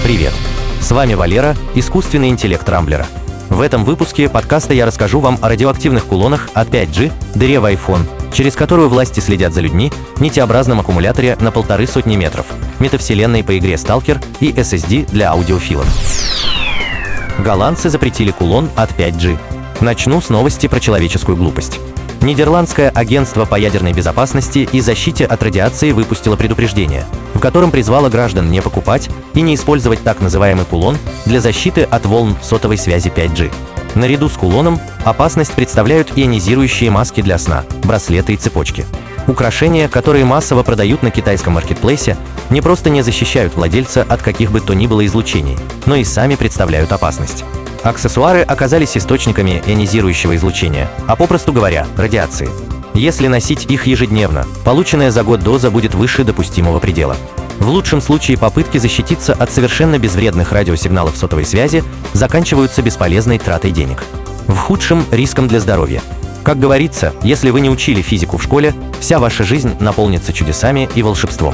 Привет! С вами Валера, искусственный интеллект Рамблера. В этом выпуске подкаста я расскажу вам о радиоактивных кулонах от 5G, дыре в iPhone, через которую власти следят за людьми, нитеобразном аккумуляторе на 150 метров, метавселенной по игре Stalker и SSD для аудиофилов. Голландцы запретили кулон от 5G. Начну с новости про человеческую глупость. Нидерландское агентство по ядерной безопасности и защите от радиации выпустило предупреждение, в котором призвало граждан не покупать и не использовать так называемый кулон для защиты от волн сотовой связи 5G. Наряду с кулоном опасность представляют ионизирующие маски для сна, браслеты и цепочки. Украшения, которые массово продают на китайском маркетплейсе, не просто не защищают владельца от каких бы то ни было излучений, но и сами представляют опасность. Аксессуары оказались источниками ионизирующего излучения, а попросту говоря, радиации. Если носить их ежедневно, полученная за год доза будет выше допустимого предела. В лучшем случае попытки защититься от совершенно безвредных радиосигналов сотовой связи заканчиваются бесполезной тратой денег. В худшем – риском для здоровья. Как говорится, если вы не учили физику в школе, вся ваша жизнь наполнится чудесами и волшебством.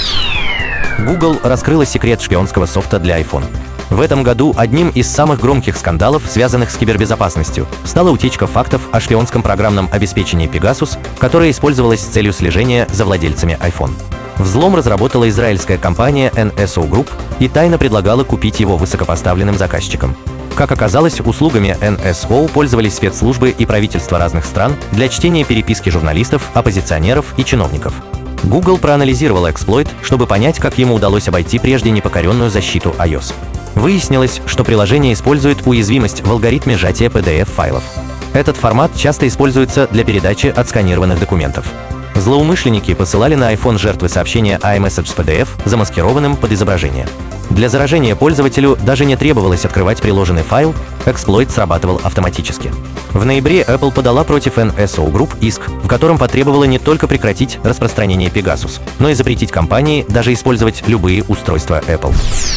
Google раскрыла секрет шпионского софта для iPhone. В этом году одним из самых громких скандалов, связанных с кибербезопасностью, стала утечка фактов о шпионском программном обеспечении Pegasus, которое использовалось с целью слежения за владельцами iPhone. Взлом разработала израильская компания NSO Group и тайно предлагала купить его высокопоставленным заказчикам. Как оказалось, услугами NSO пользовались спецслужбы и правительства разных стран для чтения переписки журналистов, оппозиционеров и чиновников. Google проанализировал эксплойт, чтобы понять, как ему удалось обойти прежде непокоренную защиту iOS. Выяснилось, что приложение использует уязвимость в алгоритме сжатия PDF-файлов. Этот формат часто используется для передачи отсканированных документов. Злоумышленники посылали на iPhone жертвы сообщения iMessage с PDF, замаскированным под изображение. Для заражения пользователю даже не требовалось открывать приложенный файл, эксплойт срабатывал автоматически. В ноябре Apple подала против NSO Group иск, в котором потребовала не только прекратить распространение Pegasus, но и запретить компании даже использовать любые устройства Apple.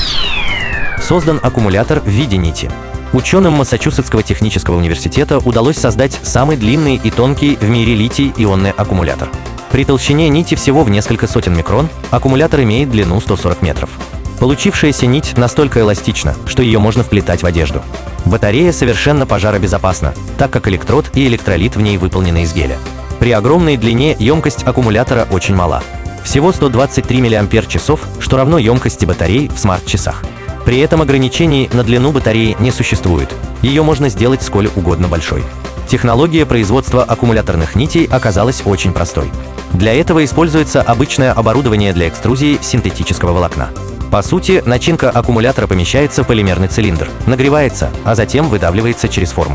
Создан аккумулятор в виде нити. Ученым Массачусетского технического университета удалось создать самый длинный и тонкий в мире литий-ионный аккумулятор. При толщине нити всего в несколько сотен микрон аккумулятор имеет длину 140 метров. Получившаяся нить настолько эластична, что ее можно вплетать в одежду. Батарея совершенно пожаробезопасна, так как электрод и электролит в ней выполнены из геля. При огромной длине емкость аккумулятора очень мала. Всего 123 мАч, что равно емкости батарей в смарт-часах. При этом ограничений на длину батареи не существует. Ее можно сделать сколь угодно большой. Технология производства аккумуляторных нитей оказалась очень простой. Для этого используется обычное оборудование для экструзии синтетического волокна. По сути, начинка аккумулятора помещается в полимерный цилиндр, нагревается, а затем выдавливается через форму.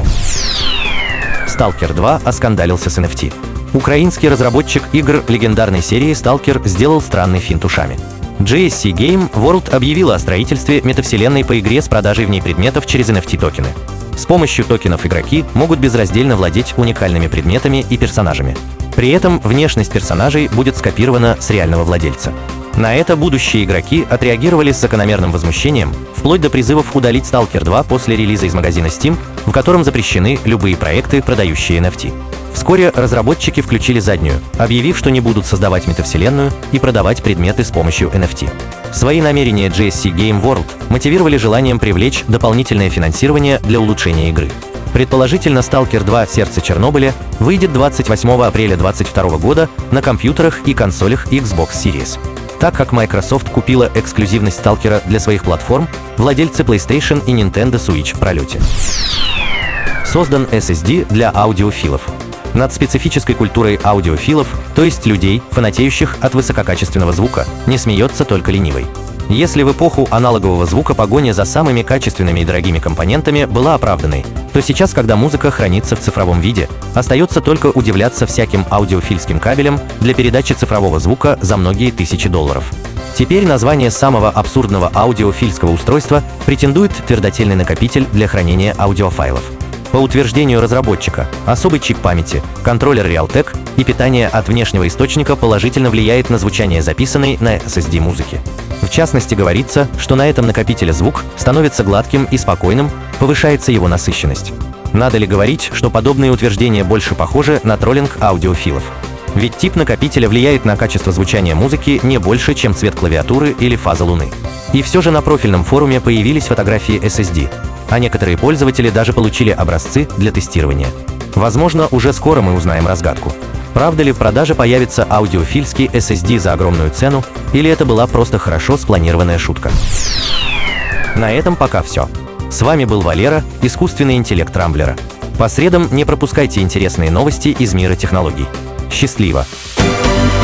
Stalker 2 оскандалился с NFT. Украинский разработчик игр легендарной серии Stalker сделал странный финт ушами. GSC Game World объявила о строительстве метавселенной по игре с продажей в ней предметов через NFT-токены. С помощью токенов игроки могут безраздельно владеть уникальными предметами и персонажами. При этом внешность персонажей будет скопирована с реального владельца. На это будущие игроки отреагировали с закономерным возмущением, вплоть до призывов удалить Stalker 2 после релиза из магазина Steam, в котором запрещены любые проекты, продающие NFT. Вскоре разработчики включили заднюю, объявив, что не будут создавать метавселенную и продавать предметы с помощью NFT. Свои намерения GSC Game World мотивировали желанием привлечь дополнительное финансирование для улучшения игры. Предположительно, Stalker 2 «Сердце Чернобыля» выйдет 28 апреля 2022 года на компьютерах и консолях Xbox Series. Так как Microsoft купила эксклюзивность Stalker для своих платформ, владельцы PlayStation и Nintendo Switch в пролете. Создан SSD для аудиофилов. Над специфической культурой аудиофилов, то есть людей, фанатеющих от высококачественного звука, не смеется только ленивый. Если в эпоху аналогового звука погоня за самыми качественными и дорогими компонентами была оправданной, то сейчас, когда музыка хранится в цифровом виде, остается только удивляться всяким аудиофильским кабелям для передачи цифрового звука за многие тысячи $. Теперь название самого абсурдного аудиофильского устройства претендует твердотельный накопитель для хранения аудиофайлов. По утверждению разработчика, особый чип памяти, контроллер Realtek и питание от внешнего источника положительно влияет на звучание записанной на SSD музыки. В частности, говорится, что на этом накопителе звук становится гладким и спокойным, повышается его насыщенность. Надо ли говорить, что подобные утверждения больше похожи на троллинг аудиофилов? Ведь тип накопителя влияет на качество звучания музыки не больше, чем цвет клавиатуры или фаза Луны. И все же на профильном форуме появились фотографии SSD, а некоторые пользователи даже получили образцы для тестирования. Возможно, уже скоро мы узнаем разгадку. Правда ли в продаже появится аудиофильский SSD за огромную цену, или это была просто хорошо спланированная шутка? На этом пока все. С вами был Валера, искусственный интеллект Рамблера. По средам не пропускайте интересные новости из мира технологий. Счастливо!